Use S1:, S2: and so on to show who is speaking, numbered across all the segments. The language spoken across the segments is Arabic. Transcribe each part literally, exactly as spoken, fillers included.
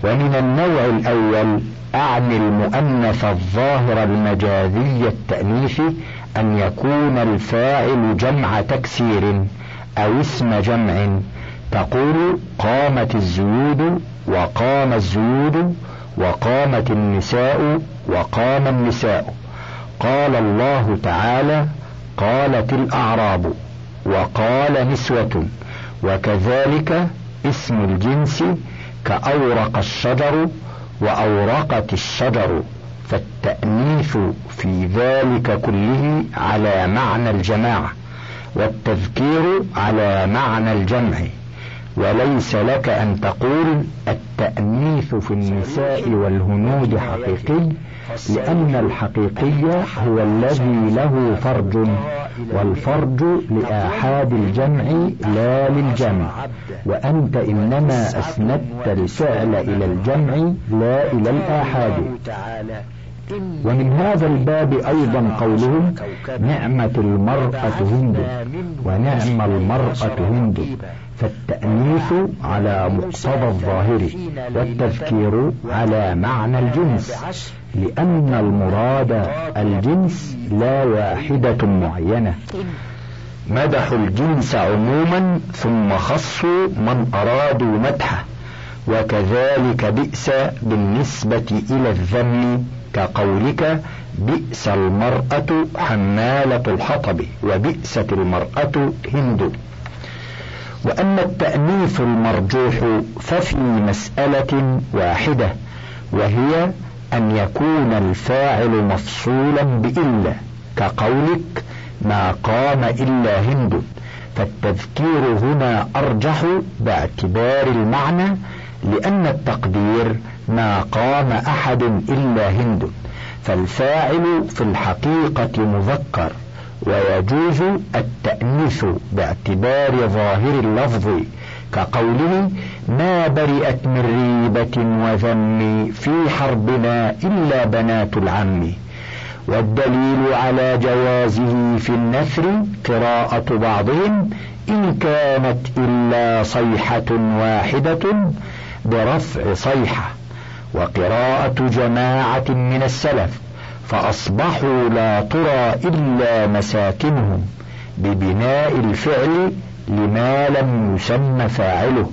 S1: ومن النوع الأول أعني المؤنث الظاهر المجازي التأنيث أن يكون الفاعل جمع تكسير أو اسم جمع، تقول قامت الزيود وقام الزيود وقامت النساء وقام النساء. قال الله تعالى قالت الأعراب وقال نسوة. وكذلك اسم الجنس كأورق الشجر وأورقت الشجر، فالتأنيث في ذلك كله على معنى الجماعة والتذكير على معنى الجمع، وليس لك أن تقول التأنيث في النساء والهنود حقيقي، لأن الحقيقي هو الذي له فرج، والفرج لآحاد الجمع لا للجمع، وأنت إنما أسندت الفعل إلى الجمع لا إلى الآحاد. ومن هذا الباب أيضا قولهم نعمة المرأة هند ونعم المرأة هند، فالتأنيث على مقتضى الظاهر والتذكير على معنى الجنس، لأن المراد الجنس لا واحدة معينة. مدحوا الجنس عموما ثم خصوا من أرادوا مدحه، وكذلك بئس بالنسبة إلى الذم، كقولك بئس المرأة حمالة الحطب وبئست المرأة هند. وأما التأنيث المرجوح ففي مسألة واحدة، وهي أن يكون الفاعل مفصولا بإلا، كقولك ما قام إلا هند، فالتذكير هنا أرجح باعتبار المعنى، لأن التقدير ما قام أحد إلا هند، فالفاعل في الحقيقة مذكر، ويجوز التأنيث باعتبار ظاهر اللفظ، كقوله ما برئت من ريبة وذم في حربنا إلا بنات العم. والدليل على جوازه في النثر قراءة بعضهم إن كانت إلا صيحة واحدة برفع صيحة، وقراءة جماعة من السلف فأصبحوا لا ترى إلا مساكنهم ببناء الفعل لما لم يسم فاعله،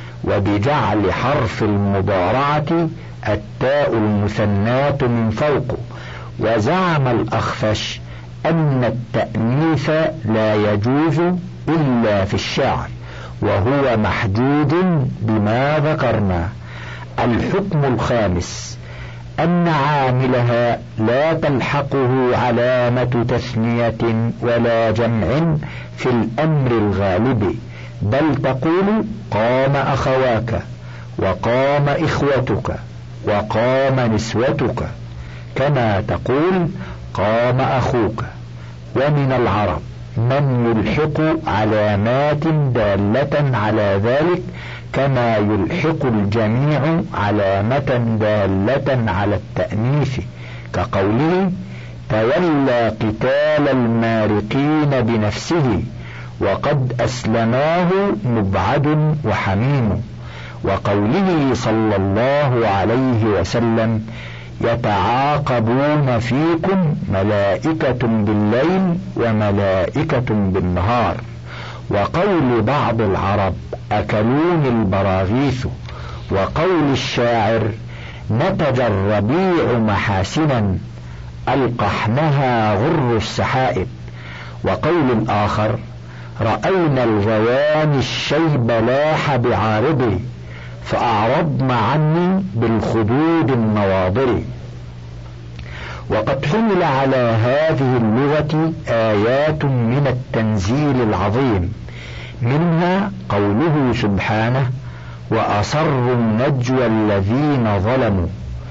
S1: وبجعل حرف المضارعة التاء المثناة من فوق. وزعم الأخفش أن التأنيث لا يجوز إلا في الشعر، وهو محجوج بما ذكرنا. الحكم الخامس أن عاملها لا تلحقه علامة تثنية ولا جمع في الأمر الغالب، بل تقول قام أخواك وقام إخوتك وقام نسوتك، كما تقول قام أخوك. ومن العرب من يلحق علامات دالة على ذلك، كما يلحق الجميع علامة دالة على التأنيث، كقوله تولى قتال المارقين بنفسه وقد أسلماه مبعد وحميم، وقوله صلى الله عليه وسلم يتعاقبون فيكم ملائكة بالليل وملائكة بالنهار، وقول بعض العرب أكلون البراغيث، وقول الشاعر نتج الربيع محاسنا ألقحنها غر السحائب، وقول الآخر رأينا الغواني الشيب لاح بعارضه فأعرضن عني بالخدود النواضر. وقد حمل على هذه اللغة آيات من التنزيل العظيم، منها قوله سبحانه وأصروا النجوى الذين ظلموا،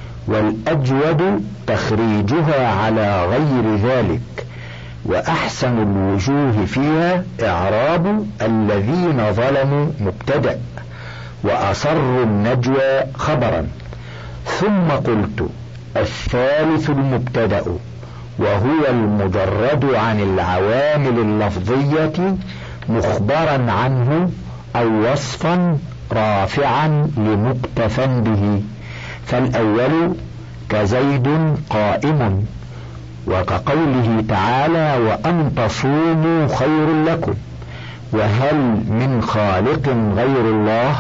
S1: والأجود تخريجها على غير ذلك، وأحسن الوجوه فيها إعراب الذين ظلموا مبتدأ وأصروا النجوى خبرا. ثم قلت الثالث المبتدأ، وهو المجرد عن العوامل اللفظية مخبرا عنه أو وصفا رافعا لمكتفى به، فالأول كزيد قائم، وكقوله تعالى وأن تصوموا خير لكم، وهل من خالق غير الله.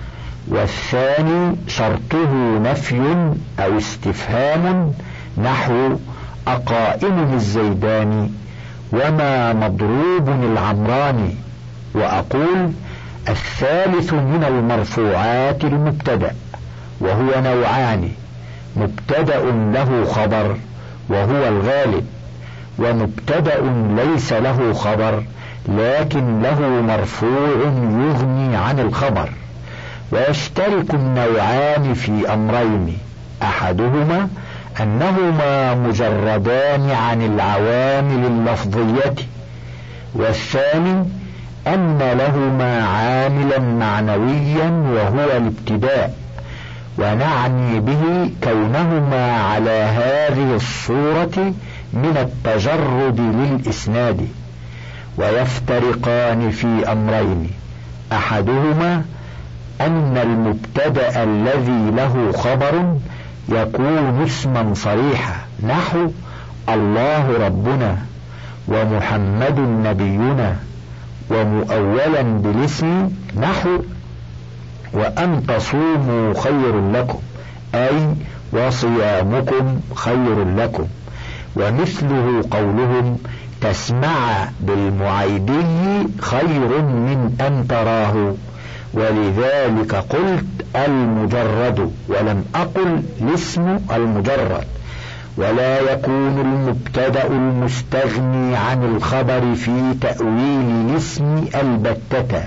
S1: والثاني شرطه نفي أو استفهام نحو أقائمه الزيدان وما مضروب العمران. وأقول الثالث من المرفوعات المبتدأ، وهو نوعان: مبتدأ له خبر وهو الغالب، ومبتدأ ليس له خبر لكن له مرفوع يغني عن الخبر. ويشترك النوعان في أمرين: أحدهما أنهما مجردان عن العوامل اللفظية، والثاني أن لهما عاملا معنويا وهو الابتداء، ونعني به كونهما على هذه الصورة من التجرد للإسناد. ويفترقان في أمرين: أحدهما أن المبتدأ الذي له خبر يكون اسما صريحا نحو الله ربنا ومحمد نبينا، ومؤولا بالاسم نحو وأن تصوموا خير لكم، أي وصيامكم خير لكم. ومثله قولهم تسمع بالمعيدي خير من أن تراه، ولذلك قلت المجرد ولم أقل الاسم المجرد. ولا يكون المبتدأ المستغني عن الخبر في تأويل الاسم البتة،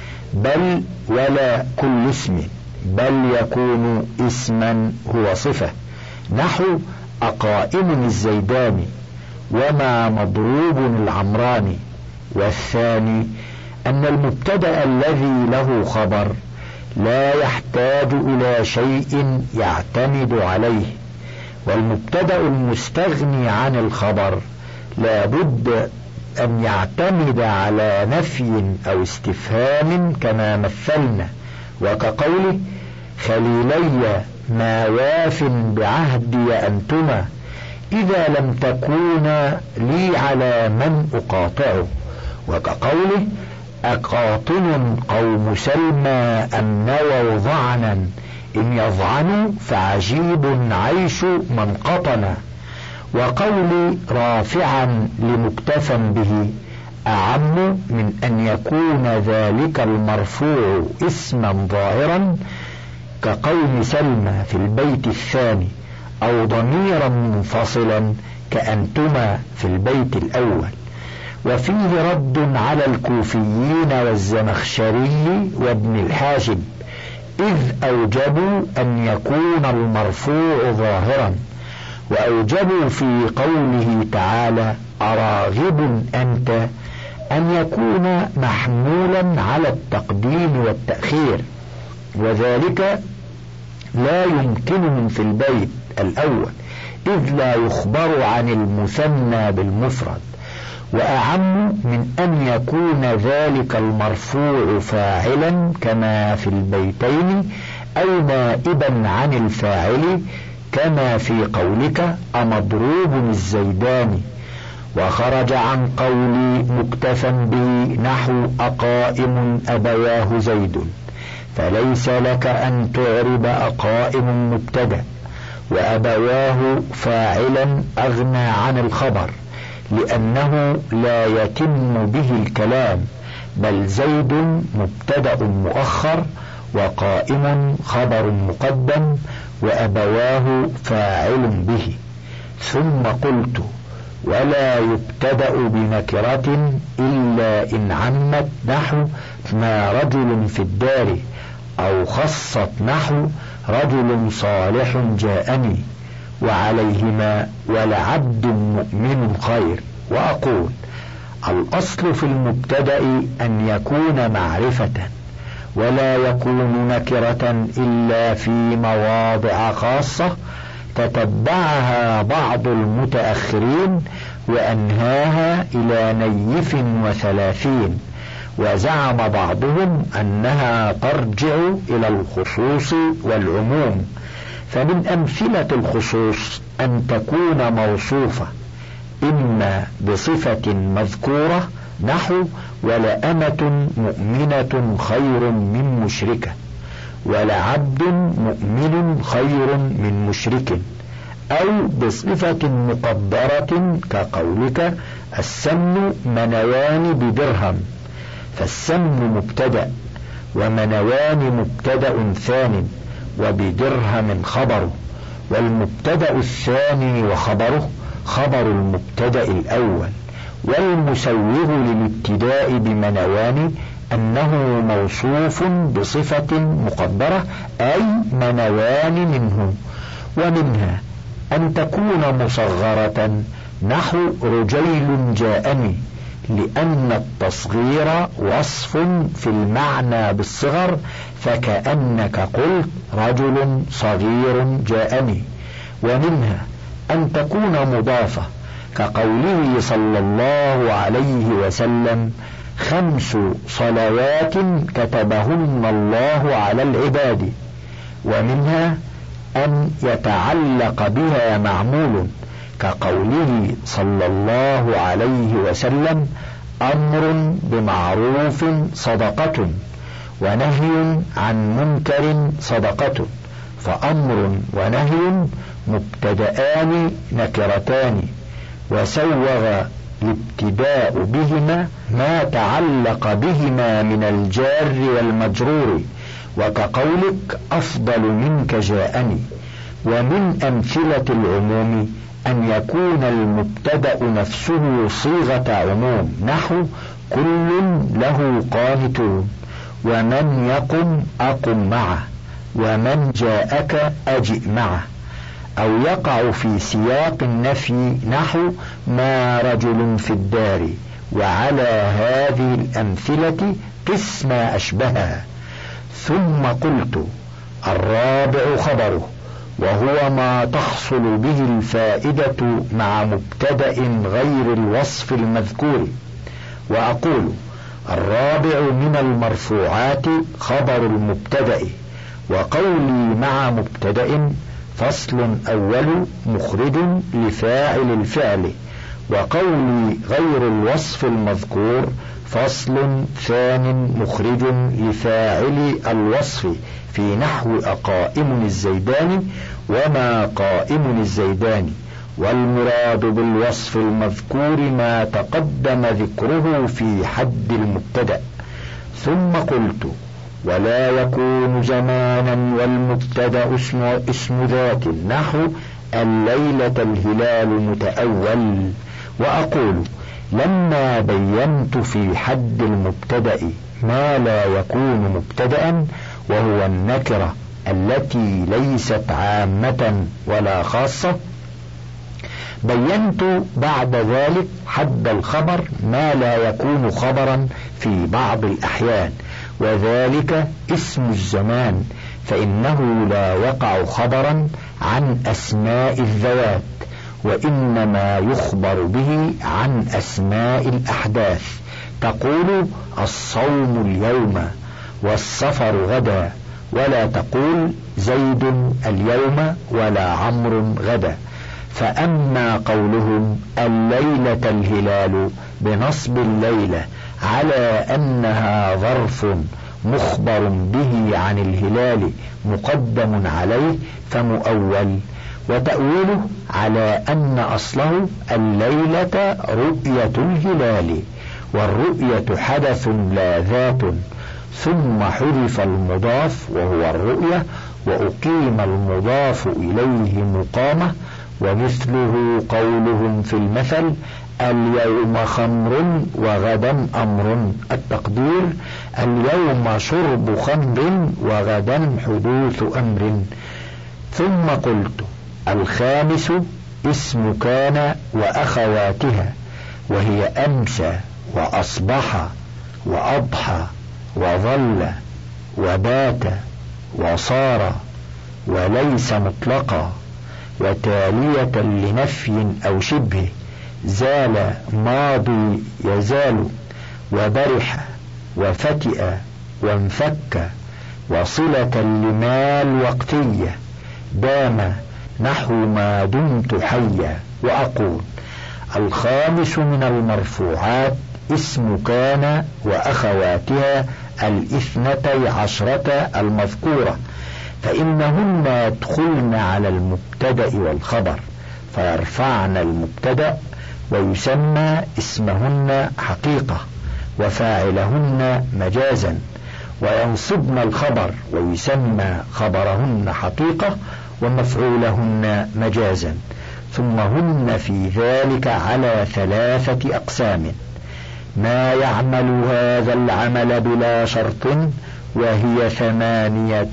S1: بل ولا كل اسم، بل يكون اسما هو صفة نحو أقائم الزيدان وما مضروب العمران. والثاني أن المبتدأ الذي له خبر لا يحتاج إلى شيء يعتمد عليه، والمبتدأ المستغني عن الخبر لا بد أن يعتمد على نفي أو استفهام كما مثلنا، وكقوله خليلي ما واف بعهدي أنتما إذا لم تكونا لي على من أقاطعه، وكقوله أقاطن قوم سلمى أم نووا ضعنا إن يضعنوا فعجيب عيش من قطن. وقولي رافعا لمكتفى به أعم من أن يكون ذلك المرفوع اسما ظاهرا كقول سلمى في البيت الثاني، أو ضميرا منفصلا كأنتما في البيت الأول. وفيه رد على الكوفيين والزمخشري وابن الحاجب، إذ أوجبوا أن يكون المرفوع ظاهرا، وأوجبوا في قوله تعالى أراغب أنت أن يكون محمولا على التقديم والتأخير، وذلك لا يمكنهم في البيت الأول إذ لا يخبر عن المثنى بالمفرد. وأعم من أن يكون ذلك المرفوع فاعلا كما في البيتين أو نائبا عن الفاعل كما في قولك أمضروب الزيدان. وخرج عن قولي مكتفى به نحو أقائم أبواه زيد، فليس لك أن تعرب أقائم مبتدأ وأبواه فاعلا أغنى عن الخبر، لأنه لا يتم به الكلام، بل زيد مبتدأ مؤخر وقائم خبر مقدم وأبواه فاعل به. ثم قلت ولا يبتدأ بنكرة إلا إن عمت نحو ما رجل في الدار، أو خصت نحو رجل صالح جاءني، وعليهما ولعبد مؤمن خير. وأقول الأصل في المبتدأ أن يكون معرفة، ولا يكون نكرة إلا في مواضع خاصة تتبعها بعض المتأخرين وأنهاها إلى نيف وثلاثين، وزعم بعضهم أنها ترجع إلى الخصوص والعموم. فمن أمثلة الخصوص أن تكون موصوفة إما بصفة مذكورة نحو ولأمة مؤمنة خير من مشركة، ولعبد مؤمن خير من مشرك، أو بصفة مقدرة كقولك السمن منوان بدرهم، فالسمن مبتدأ ومنوان مبتدأ ثان وبدرهم خبره، والمبتدأ الثاني وخبره خبر المبتدأ الأول. والمسوغ للابتداء بمنوان أنه موصوف بصفة مقدرة أي منوان منه. ومنها أن تكون مصغرة نحو رجيل جاءني، لأن التصغير وصف في المعنى بالصغر، فكأنك قلت رجل صغير جاءني. ومنها أن تكون مضافة كقوله صلى الله عليه وسلم خمس صلوات كتبهن الله على العباد. ومنها أن يتعلق بها معمول كقوله صلى الله عليه وسلم أمر بمعروف صدقة ونهي عن منكر صدقة، فأمر ونهي مبتدآن نكرتان، وسوغ الابتداء بهما ما تعلق بهما من الجار والمجرور، وكقولك أفضل منك جاءني. ومن أمثلة العموم أن يكون المبتدأ نفسه صيغة عموم نحو كل له قانتون، ومن يقم أقم معه، ومن جاءك أجئ معه، أو يقع في سياق النفي نحو ما رجل في الدار. وعلى هذه الأمثلة قس ما أشبهها. ثم قلت الرابع خبره، وهو ما تحصل به الفائدة مع مبتدأ غير الوصف المذكور. وأقول الرابع من المرفوعات خبر المبتدأ، وقولي مع مبتدأ فصل أول مخرج لفاعل الفعل، وقولي غير الوصف المذكور فصل ثان مخرج لفاعل الوصف في نحو أقائم الزيدان وما قائم الزيدان. والمراد بالوصف المذكور ما تقدم ذكره في حد المبتدأ. ثم قلت ولا يكون زمانا والمبتدأ اسم, اسم ذات نحو الليلة الهلال متأول. وأقول لما بينت في حد المبتدأ ما لا يكون مبتدأ وهو النكرة التي ليست عامة ولا خاصة، بينت بعد ذلك حد الخبر ما لا يكون خبرا في بعض الأحيان، وذلك اسم الزمان، فإنه لا يقع خبرا عن أسماء الذوات، وإنما يخبر به عن أسماء الأحداث. تقول الصوم اليوم والسفر غدا، ولا تقول زيد اليوم ولا عمرو غدا. فأما قولهم الليلة الهلال بنصب الليلة على أنها ظرف مخبر به عن الهلال مقدم عليه فمؤول، وتأويله على أن أصله الليلة رؤية الهلال، والرؤية حدث لا ذات، ثم حذف المضاف وهو الرؤية وأقيم المضاف إليه مقامة. ومثله قولهم في المثل اليوم خمر وغدا أمر، التقدير اليوم شرب خمر وغدا حدوث أمر. ثم قلت الخامس اسم كان وأخواتها، وهي أمسى وأصبح وأضحى وظل وبات وصار وليس مطلقا، وتالية لنفي أو شبه، زال ماضي يزال، وبرح وفتئ وانفك وصلة لما الوقتية دام نحو ما دمت حيا. وأقول الخامس من المرفوعات اسم كان وأخواتها الاثنتي عشرة المذكورة، فإنهن يدخلن على المبتدأ والخبر فيرفعن المبتدأ ويسمى اسمهن حقيقة وفاعلهن مجازا، وينصبن الخبر ويسمى خبرهن حقيقة ومفعولهن مجازا. ثم هن في ذلك على ثلاثة أقسام: ما يعمل هذا العمل بلا شرط وهي ثمانية: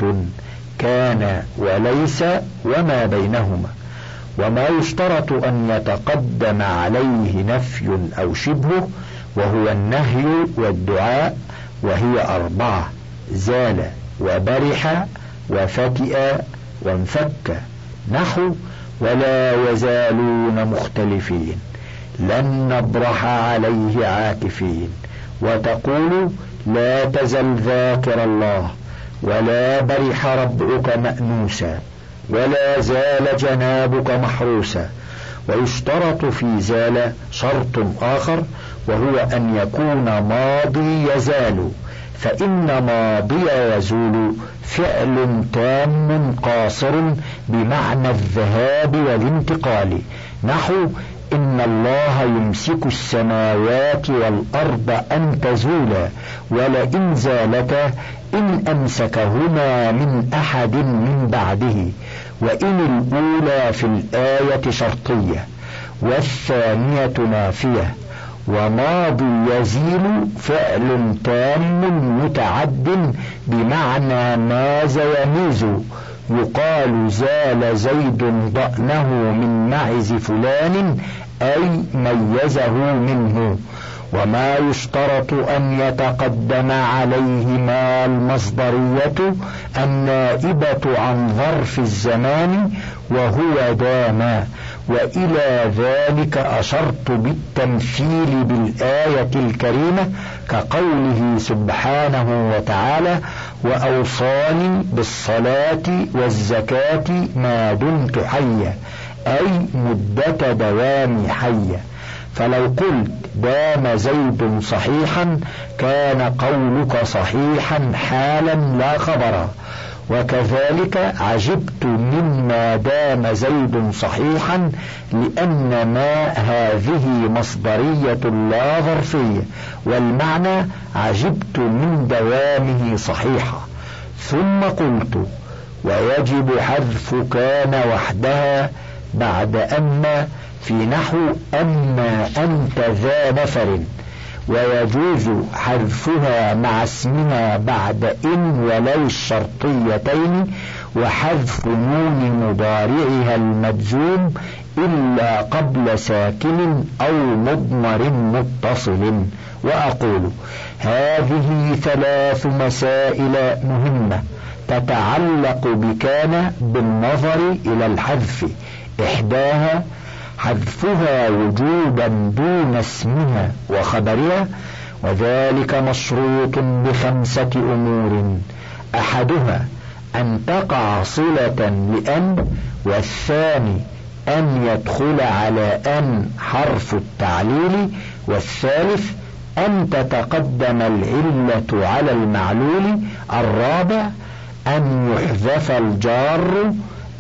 S1: كان وليس وما بينهما، وما يشترط أن يتقدم عليه نفي أو شبهه وهو النهي والدعاء، وهي أربعة: زال وبرح وفتئ وانفك. نحو ولا يزالون مختلفين، لن نبرح عليه عاكفين. وتقول لا تزل ذاكر الله، ولا برح ربعك مأنوسا، ولا زال جنابك محروسا. ويشترط في زال شرط آخر وهو أن يكون ماضي يزال، فإن ماضي يزول فعل تام قاصر بمعنى الذهاب والانتقال. نحو إن الله يمسك السماوات والأرض أن تزولا، ولئن زالتا إن أمسكهما من أحد من بعده. وإن الأولى في الآية شرطية والثانية نافية. وماضي يزيل فعل تام متعد بمعنى ماز يميز، يقال زال زيد ضأنه من معز فلان أي ميزه منه. وما يشترط أن يتقدم عليهما المصدرية النائبة عن ظرف الزمان وهو داما. وإلى ذلك أشرت بالتمثيل بالآية الكريمة كقوله سبحانه وتعالى: وأوصاني بالصلاة والزكاة ما دمت حيا، أي مدة دوامي حيا. فلو قلت دام زيد صحيحا كان قولك صحيحا حالا لا خبرا. وكذلك عجبت مما دام زيد صحيحا، لأن ما هذه مصدرية لا ظرفية، والمعنى عجبت من دوامه صحيحا. ثم قلت ويجب حذف كان وحدها بعد أما في نحو أما أنت ذا نفر، ويجوز حذفها مع اسمها بعد إن ولو الشرطيتين، وحذف نون مضارعها المجزوم إلا قبل ساكن أو مضمر متصل. وأقول هذه ثلاث مسائل مهمة تتعلق بكان بالنظر إلى الحذف: إحداها حذفها وجوبا دون اسمها وخبرها، وذلك مشروط بخمسة أمور: أحدها أن تقع صلة لأن، والثاني أن يدخل على أن حرف التعليل، والثالث أن تتقدم العلة على المعلول، الرابع أن يحذف الجار،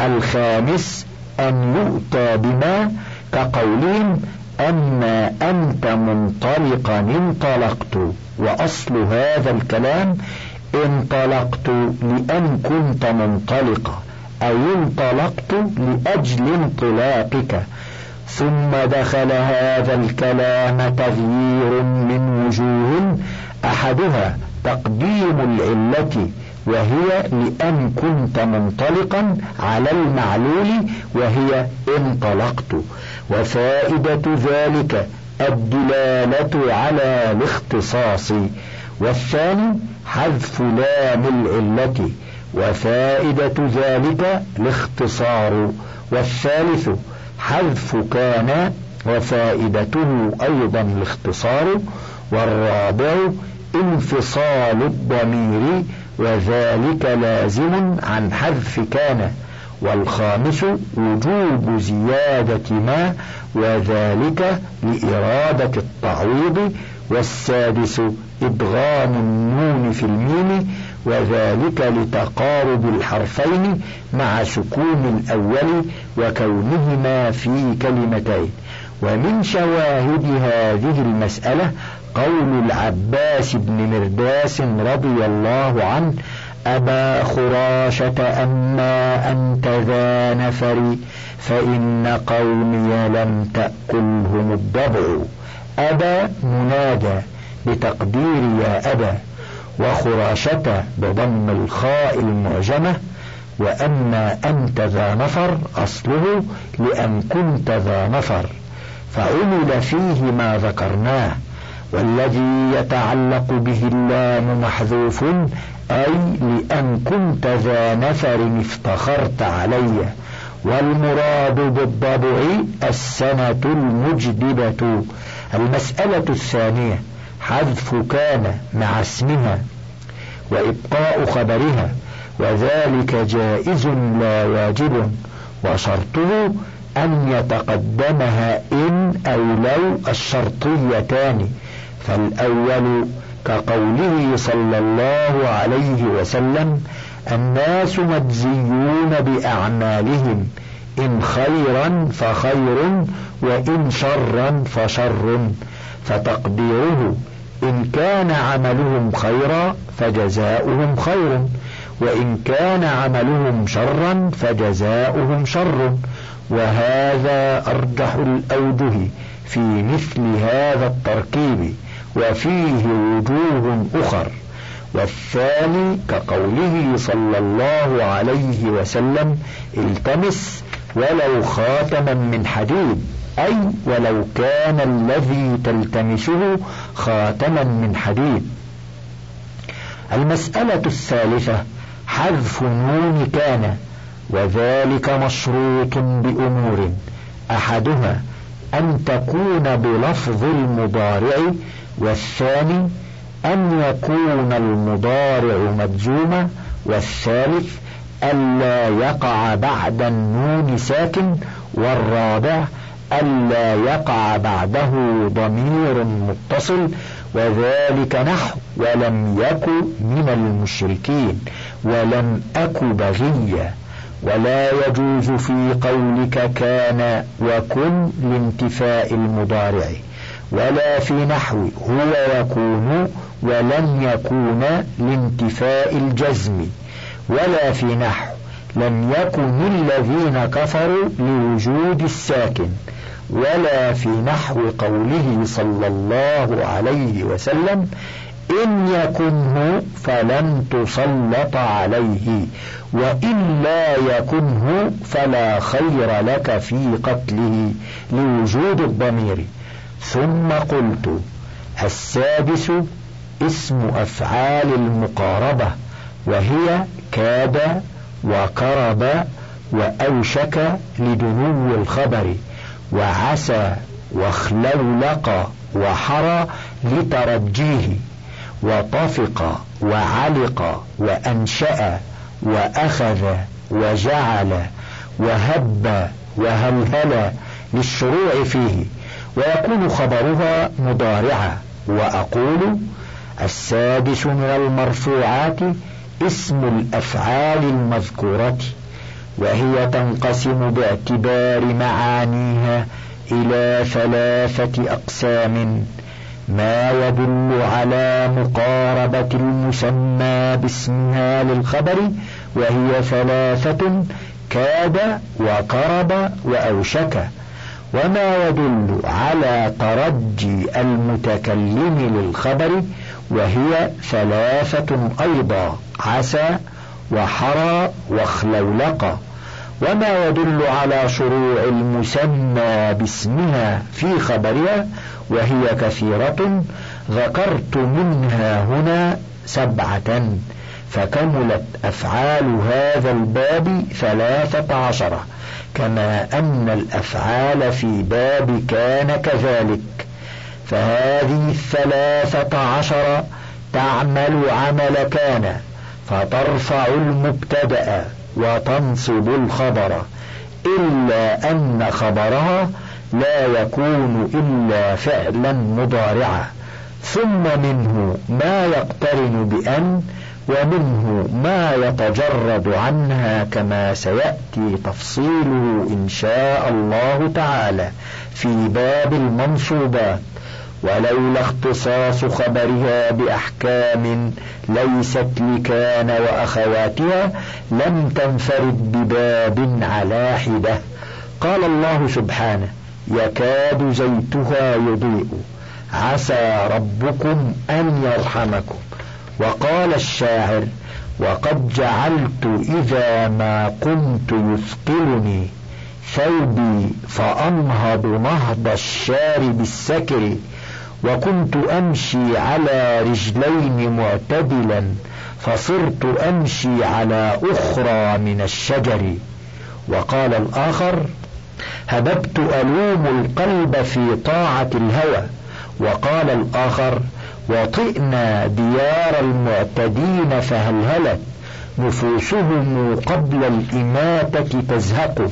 S1: الخامس أن يؤتى بما كقولهم أما أنت منطلقا انطلقت. وأصل هذا الكلام انطلقت لأن كنت منطلقا، أو انطلقت لأجل انطلاقك. ثم دخل هذا الكلام تغيير من وجوه: أحدها تقديم العلة وهي لأن كنت منطلقا على المعلول وهي انطلقت، وفائدة ذلك الدلالة على الاختصاص. والثاني حذف لام العلة وفائدة ذلك الاختصار. والثالث حذف كان وفائدته أيضا الاختصار. والرابع انفصال الضمير، وذلك لازم عن حذف كان. والخامس وجوب زيادة ما، وذلك لإرادة التعويض. والسادس إدغام النون في الميم، وذلك لتقارب الحرفين مع سكون الأول وكونهما في كلمتين. ومن شواهد هذه المسألة قول العباس بن مرداس رضي الله عنه: أبا خراشة أما أنت ذا نفر، فإن قومي لم تأكلهم الضبع. أبا منادى بتقدير يا أبا، وخراشة بضم الخاء المعجمة، وأما أنت ذا نفر أصله لأن كنت ذا نفر، فعمل فيه ما ذكرناه. والذي يتعلق به اللام محذوف، أي لأن كنت ذا نفر افتخرت علي. والمراد بالضبع السنة المجدبة. المسألة الثانية حذف كان مع اسمها وإبقاء خبرها، وذلك جائز لا واجب، وشرطه أن يتقدمها إن أو لو الشرطيتان. فالأول كقوله صلى الله عليه وسلم: الناس مجزيون بأعمالهم، إن خيرا فخير وإن شرا فشر. فتقديره: إن كان عملهم خيرا فجزاؤهم خير، وإن كان عملهم شرا فجزاؤهم شر. وهذا أرجح الأوجه في مثل هذا التركيب، وفيه وجوه أخر. والثاني كقوله صلى الله عليه وسلم: التمس ولو خاتما من حديد، أي ولو كان الذي تلتمسه خاتما من حديد. المسألة الثالثة حذف نون كان، وذلك مشروط بأمور: أحدها أن تكون بلفظ المضارع، والثاني أن يكون المضارع مجزوما، والثالث ألا يقع بعد النون ساكن، والرابع ألا يقع بعده ضمير متصل، وذلك نحو: ولم يك من المشركين، ولم أك بغيا. ولا يجوز في قولك كان وكن لانتفاء المضارع، ولا في نحو هو يكون ولن يكون لانتفاء الجزم، ولا في نحو لم يكن الذين كفروا لوجود الساكن، ولا في نحو قوله صلى الله عليه وسلم: إن يكنه فلن تسلط عليه، وإن لا يكنه فلا خير لك في قتله لوجود الضمير. ثم قلت: السادس اسم أفعال المقاربة، وهي كاد وقرب وأوشك لدنو الخبر، وعسى وخلولق وحرى لترجيه، وطفق وعلق وأنشأ وأخذ وجعل وهب وهلهل للشروع فيه، ويكون خبرها مضارعا. وأقول: السادس من المرفوعات اسم الأفعال المذكورة، وهي تنقسم باعتبار معانيها إلى ثلاثة أقسام: ما يدل على مقاربة المسمى باسمها للخبر، وهي ثلاثة: كاد وقرب وأوشك. وما يدل على ترجي المتكلم للخبر، وهي ثلاثة أيضا: عسى وحرى وخلولق. وما يدل على شروع المسمى باسمها في خبرها، وهي كثيرة، ذكرت منها هنا سبعة، فكملت أفعال هذا الباب ثلاثة عشر، كما أن الأفعال في باب كان كذلك. فهذه الثلاثة عشر تعمل عمل كان فترفع المبتدأ وتنصب الخبر، إلا أن خبرها لا يكون إلا فعلا مضارعا، ثم منه ما يقترن بأن، ومنه ما يتجرد عنها كما سيأتي تفصيله إن شاء الله تعالى في باب المنصوبات. ولولا اختصاص خبرها بأحكام ليست لكان وأخواتها لم تنفرد بباب على حدة. قال الله سبحانه: يكاد زيتها يضيء عسى ربكم أن يرحمكم. وقال الشاعر: وقد جعلت إذا ما قمت يثقلني ثوبي فأنهض نهض الشارب السكر، وكنت أمشي على رجلين معتدلا فصرت أمشي على أخرى من الشجر. وقال الآخر: هببت ألوم القلب في طاعة الهوى. وقال الآخر: وطئنا ديار المعتدين فهلهلت نفوسهم قبل الإماتة تزهق.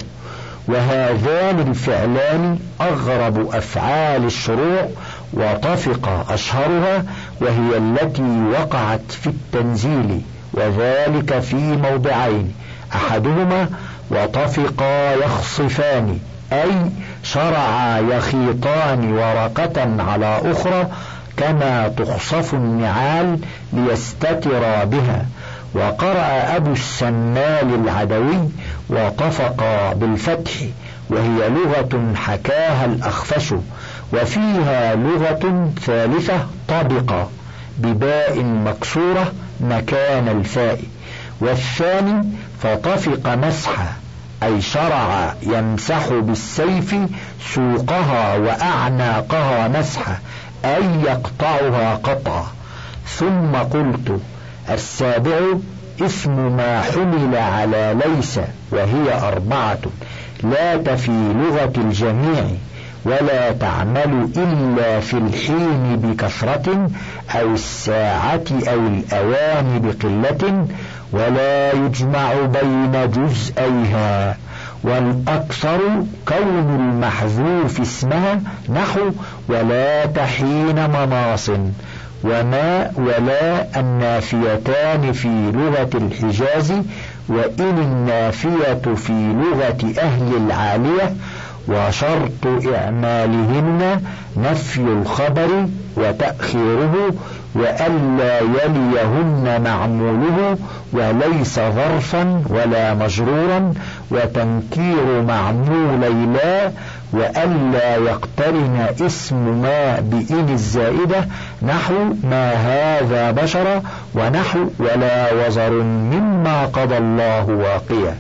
S1: وهذان الفعلان أغرب أفعال الشروع، وطفق أشهرها، وهي التي وقعت في التنزيل، وذلك في موضعين: أحدهما وطفقا يخصفان، أي شرعا يخيطان ورقة على أخرى كما تخصف النعال ليستترا بها. وقرأ أبو السمال العدوي وطفقا بالفتح، وهي لغة حكاها الأخفش. وفيها لغة ثالثة طبقا بباء مكسورة مكان الفاء. والثاني فطفق مسحا، أي شرع يمسح بالسيف سوقها وأعناقها مسحا، أي يقطعها قطعا. ثم قلت: السابع اسم ما حمل على ليس، وهي أربعة لا تفي لغة الجميع، ولا تعمل إلا في الحين بكثرة أو الساعة أو الأوان بقلة، ولا يجمع بين جزئيها. والأكثر كون المحذوف اسمها، نحو ولا تحين مناص، وما ولا النافيتان في لغة الحجاز، وإن النافية في لغة أهل العالية. وشرط إعمالهن نفي الخبر وتأخيره، وألا يليهن معموله، وليس ظرفا ولا مجرورا، وتنكير معمولي لا، وألا يقترن اسم ما بإن الزائدة، نحو ما هذا بشر، ونحو ولا وزر مما قضى الله واقيا.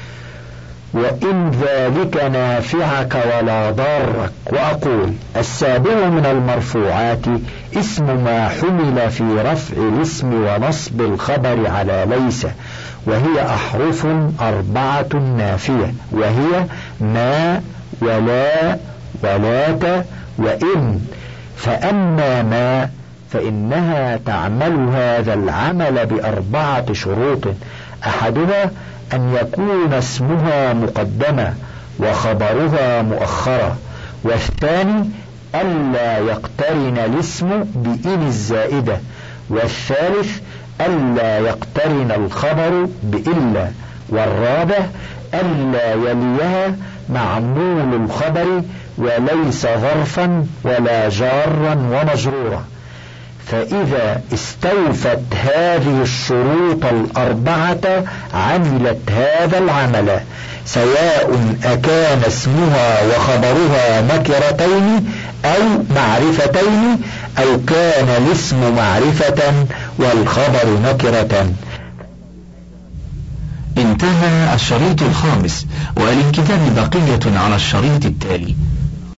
S1: وإن ذلك نافعك ولا ضارك. وأقول: السابع من المرفوعات اسم ما حمل في رفع الاسم ونصب الخبر على ليس، وهي أحرف أربعة نافية، وهي ما ولا ولات وإن. فأما ما فإنها تعمل هذا العمل بأربعة شروط: أحدها أن يكون اسمها مقدما وخبرها مؤخرا، والثاني ألا يقترن الاسم بإن الزائدة، والثالث ألا يقترن الخبر بإلا، والرابع ألا يليها معمول الخبر وليس ظرفا ولا جارا ومجرورا. فإذا استوفت هذه الشروط الأربعة عملت هذا العمل، سواء أكان اسمها وخبرها نكرتين أو معرفتين، أو كان الاسم معرفة والخبر نكرة.
S2: انتهى الشريط الخامس، وللكتاب بقية على الشريط التالي.